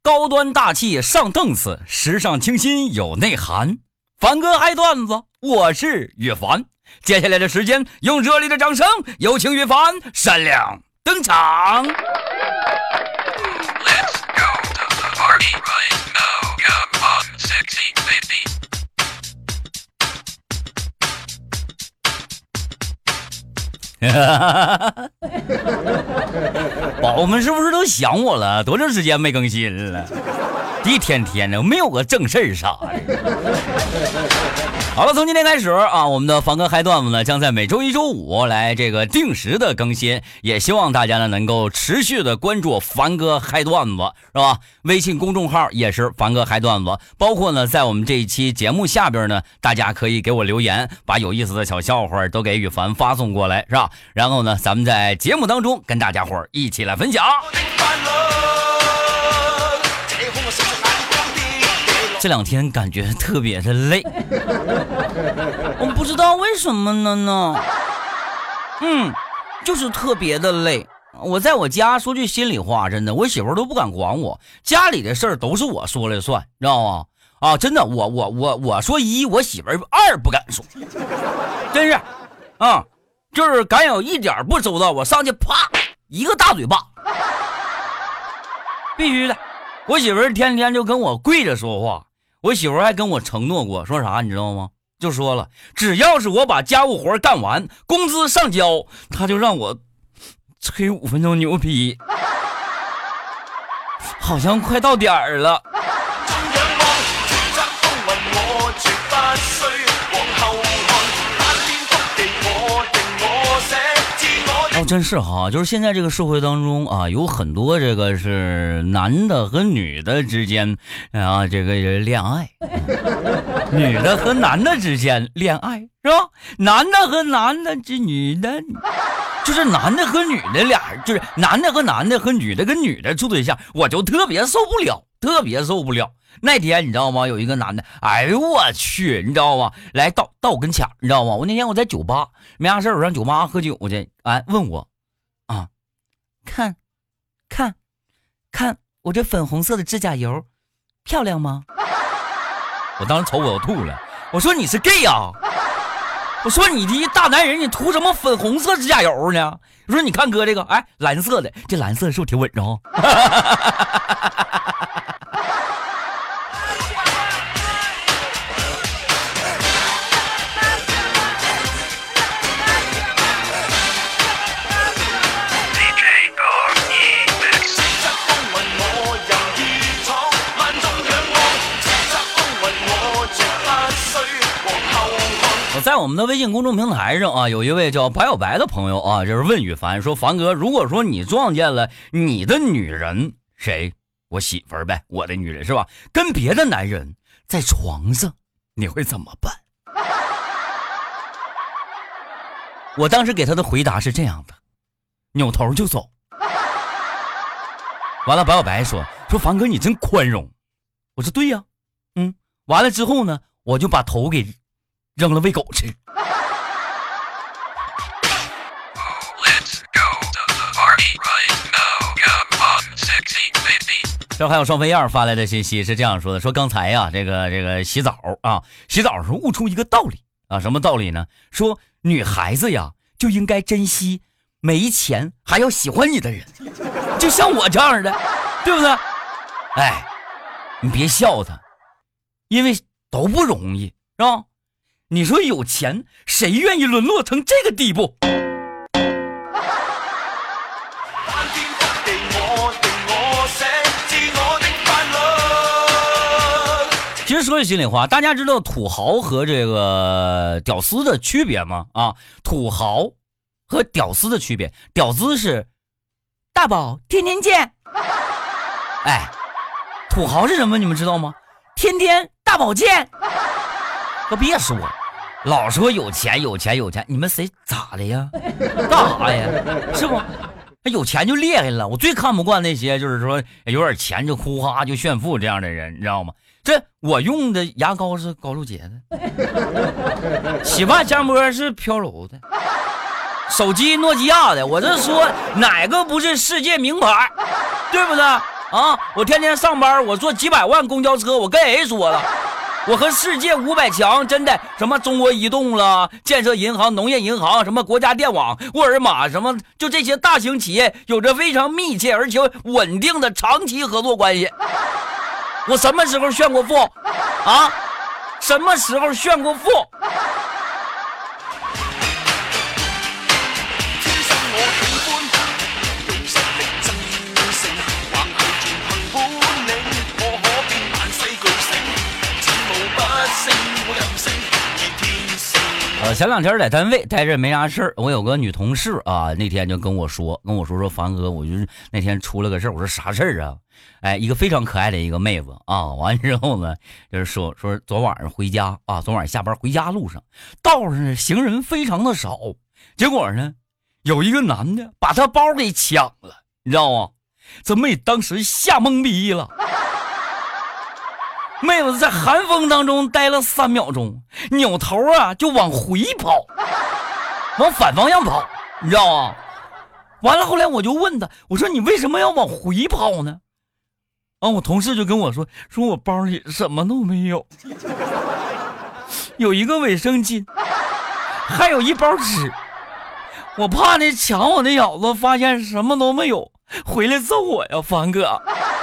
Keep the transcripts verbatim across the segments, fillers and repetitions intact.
高端大气上档次，时尚清新有内涵。凡哥嗨段子，我是岳凡。接下来的时间，用热烈的掌声，有请岳凡闪亮登场。宝宝们是不是都想我了？多长时间没更新了？一天天的没有个正事儿啥的。好了，从今天开始啊，我们的凡哥嗨段子呢将在每周一周五来这个定时的更新，也希望大家呢能够持续的关注凡哥嗨段子，是吧？微信公众号也是凡哥嗨段子，包括呢在我们这一期节目下边呢，大家可以给我留言，把有意思的小笑话都给宇凡发送过来，是吧？然后呢咱们在节目当中跟大家伙儿一起来分享。这两天感觉特别的累，我不知道为什么呢呢？嗯，就是特别的累。我在我家说句心里话，真的，我媳妇都不敢管我，家里的事儿都是我说了算，知道吗？啊，真的，我我我我说一，我媳妇二不敢说，真是，啊，就是敢有一点不周到，我上去啪一个大嘴巴，必须的。我媳妇天天就跟我跪着说话。我媳妇还跟我承诺过，说啥你知道吗？就说了，只要是我把家务活干完，工资上交，她就让我吹五分钟牛皮。好像快到点儿了。哦，真是哈，就是现在这个社会当中啊，有很多这个是男的和女的之间啊，这个恋爱，女的和男的之间恋爱是吧？男的和男的之女的，就是男的和女的俩，就是男的和男的和女的跟女的处对象，我就特别受不了，特别受不了。那天你知道吗？有一个男的，哎呦我去，你知道吗？来到到我跟前，你知道吗？我那天我在酒吧没啥事我上酒吧喝酒去，哎，问我啊，看，看，看我这粉红色的指甲油漂亮吗？我当时瞅我都吐了，我说你是 gay 啊？我说你一大男人，你涂什么粉红色指甲油呢？我说你看哥这个，哎，蓝色的，这蓝色是不是挺稳重？在我们的微信公众平台上啊，有一位叫白小白的朋友啊，就是问宇凡说，凡哥，如果说你撞见了你的女人，谁？我媳妇儿呗，我的女人是吧？跟别的男人在床上，你会怎么办？我当时给他的回答是这样的，扭头就走。完了，白小白说说凡哥你真宽容。我说对呀、啊，嗯。完了之后呢，我就把头给扔了喂狗吃。这还有双飞燕发来的信息是这样说的，说刚才呀、啊，这个这个洗澡啊，洗澡时候悟出一个道理啊，什么道理呢？说女孩子呀就应该珍惜没钱还要喜欢你的人，就像我这样的，对不对？哎，你别笑他，因为都不容易，是吧？你说有钱谁愿意沦落成这个地步？其实说句心里话，大家知道土豪和这个屌丝的区别吗？啊，土豪和屌丝的区别，屌丝是大宝天天见，哎，土豪是什么？你们知道吗？天天大保健。可别说，老说有钱有钱有钱，你们谁咋的呀？干啥呀？是不？有钱就厉害了。我最看不惯那些就是说有点钱就呼哈就炫富这样的人，你知道吗？这我用的牙膏是高露洁的，洗发香波是飘柔的，手机诺基亚的。我这说哪个不是世界名牌，对不对啊，我天天上班，我坐几百万公交车，我跟谁说了？我和世界五百强真的什么中国移动了、建设银行、农业银行、什么国家电网、沃尔玛什么，就这些大型企业有着非常密切而且稳定的长期合作关系。我什么时候炫过富啊？什么时候炫过富？呃，前两天在单位待着没啥事儿，我有个女同事啊，那天就跟我说，跟我说说凡哥，我就是那天出了个事儿。我说啥事儿啊？哎，一个非常可爱的一个妹子啊，完之后呢，就是说说昨晚上回家啊，昨晚上下班回家路上，道上行人非常的少，结果呢，有一个男的把她包给抢了，你知道吗？这妹当时吓懵逼了。妹子在寒风当中待了三秒钟，扭头啊就往回跑，往反方向跑，你知道吗？完了后来我就问他，我说你为什么要往回跑呢？啊，我同事就跟我说，说我包里什么都没有，有一个卫生巾，还有一包纸，我怕那抢我那小子发现什么都没有，回来揍我呀，凡哥。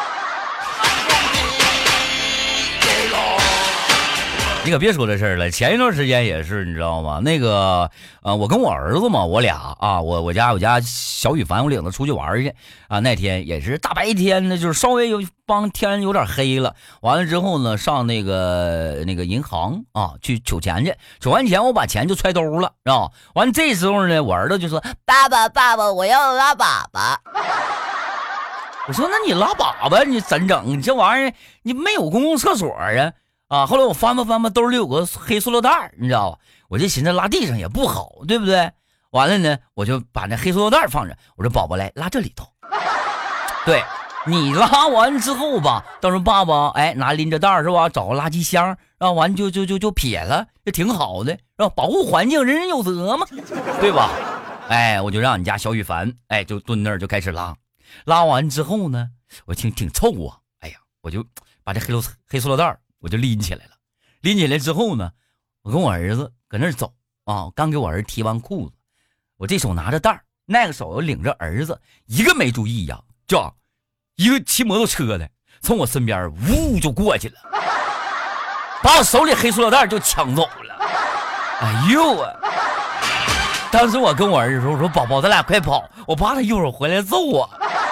你可别说这事儿了，前一段时间也是，你知道吗？那个，呃，我跟我儿子嘛，我俩啊，我我家我家小雨凡，我领他出去玩去啊。那天也是大白天的，就是稍微有帮天有点黑了。完了之后呢，上那个那个银行啊去取钱去，取完钱我把钱就揣兜了，知道吧？完这时候呢，我儿子就说：“爸爸，爸爸，我要拉粑粑。”我说：“那你拉粑粑你怎整？你这玩意儿你没有公共厕所啊？”啊！后来我翻吧翻吧，兜里有个黑塑料袋，你知道吧？我就寻思拉地上也不好，对不对？完了呢，我就把那黑塑料袋放着，我说宝宝来拉这里头。对，你拉完之后吧，到时候爸爸哎拿拎着袋是吧，找个垃圾箱，然后完就就就就撇了，就挺好的，是吧？保护环境，人人有责嘛，对吧？哎，我就让你家小雨凡哎就蹲那儿就开始拉，拉完之后呢，我听挺臭啊，哎呀，我就把这黑塑黑塑料袋我就拎起来了，拎起来之后呢，我跟我儿子搁那儿走啊，刚给我儿子提完裤子，我这手拿着袋，那个手领着儿子，一个没注意呀，就一个骑摩托车的从我身边呜就过去了，把我手里黑塑料袋就抢走了。哎呦啊！当时我跟我儿子说：“我说宝宝，咱俩快跑，我怕他一会儿回来揍我。”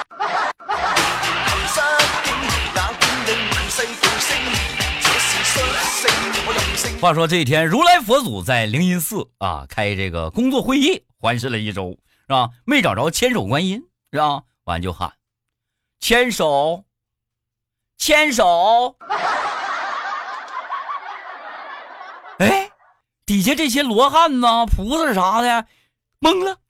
话说这一天，如来佛祖在灵隐寺啊开这个工作会议，环视了一周，是吧？没找着千手观音，是吧？完就喊千手，千手。哎，底下这些罗汉呐、菩萨啥的懵了，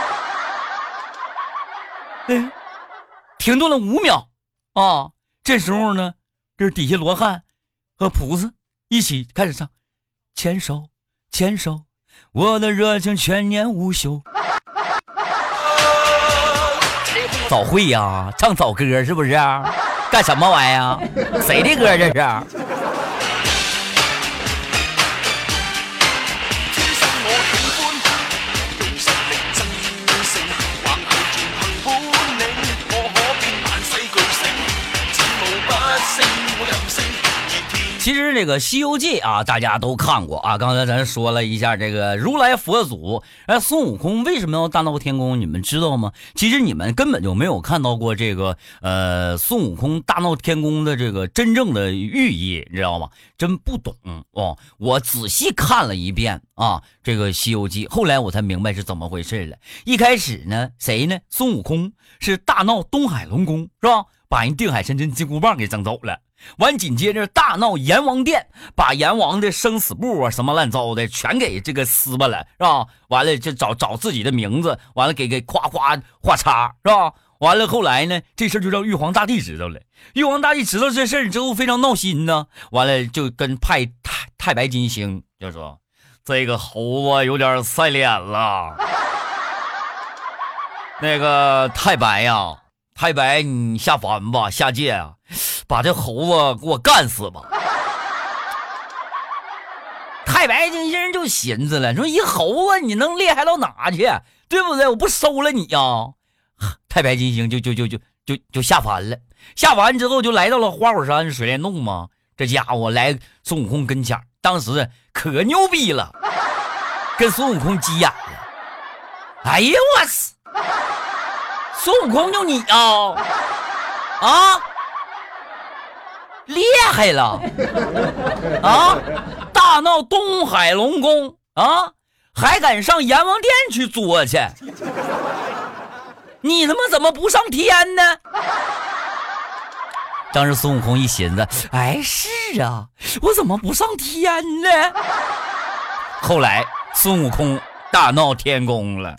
哎，停顿了五秒啊。这时候呢，这底下罗汉和菩萨一起开始唱。牵手牵手，我的热情全年无休。早会呀、啊，唱早歌是不是？干什么玩意儿？谁的歌这是？其实这个《西游记》啊，大家都看过啊。刚才咱说了一下这个如来佛祖，哎，孙悟空为什么要大闹天宫？你们知道吗？其实你们根本就没有看到过这个呃孙悟空大闹天宫的这个真正的寓意，你知道吗？真不懂哦。我仔细看了一遍啊，这个《西游记》，后来我才明白是怎么回事了。一开始呢，谁呢？孙悟空是大闹东海龙宫，是吧？把人定海神针金箍棒给整走了。完紧接着大闹阎王殿，把阎王的生死簿啊什么乱糟的全给这个撕巴了，是吧？完了就找找自己的名字，完了给给夸夸画叉，是吧？完了后来呢，这事就让玉皇大帝知道了。玉皇大帝知道这事之后非常闹心呢，完了就跟派太太白金星就说：“这个猴子有点赛脸了。那个太白呀， 太白你下凡吧，下界啊，把这猴子给我干死吧。太白金星就寻思了，说一猴子你能厉害到哪去，对不对？我不收了你呀、啊！太白金星就就就就就就下凡了，下凡之后就来到了花果山水帘洞嘛。这家伙来孙悟空跟前，当时可牛逼了，跟孙悟空急眼了。哎呀我操！孙悟空就你啊啊，厉害了啊！大闹东海龙宫啊，还敢上阎王殿去作去？你他妈怎么不上天呢？当时孙悟空一寻思，哎，是啊，我怎么不上天呢？后来孙悟空大闹天宫了。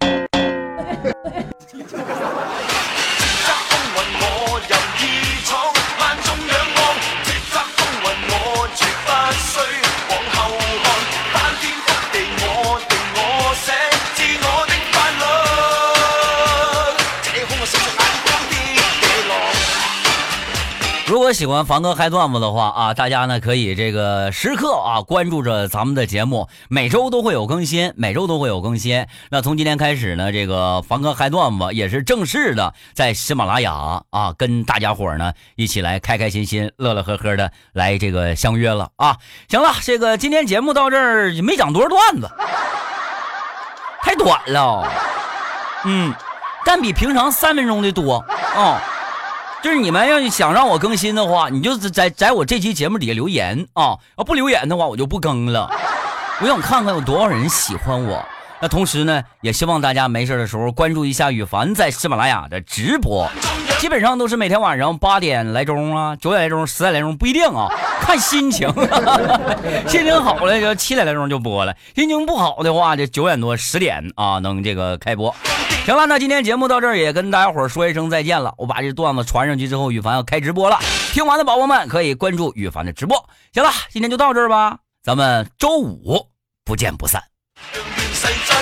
如果喜欢凡哥嗨段子的话啊，大家呢可以这个时刻啊关注着咱们的节目，每周都会有更新，每周都会有更新。那从今天开始呢，这个凡哥嗨段子也是正式的在喜马拉雅啊跟大家伙呢一起来开开心心、乐乐呵呵的来这个相约了啊。行了，这个今天节目到这儿没讲多少段子，太短了，嗯，但比平常三分钟的多啊。就是你们要想让我更新的话，你就在在我这期节目底下留言啊，要不留言的话我就不更了。我想看看有多少人喜欢我。那同时呢，也希望大家没事的时候关注一下羽凡在喜马拉雅的直播，基本上都是每天晚上八点来钟啊，九点来钟，十点来钟不一定啊，看心情。心情好了就七点来钟就播了，心情不好的话就九点多十点啊能这个开播。行了，那今天节目到这儿也跟大家伙说一声再见了。我把这段子传上去之后，羽凡要开直播了，听完的宝宝们可以关注羽凡的直播。行了，今天就到这儿吧，咱们周五不见不散。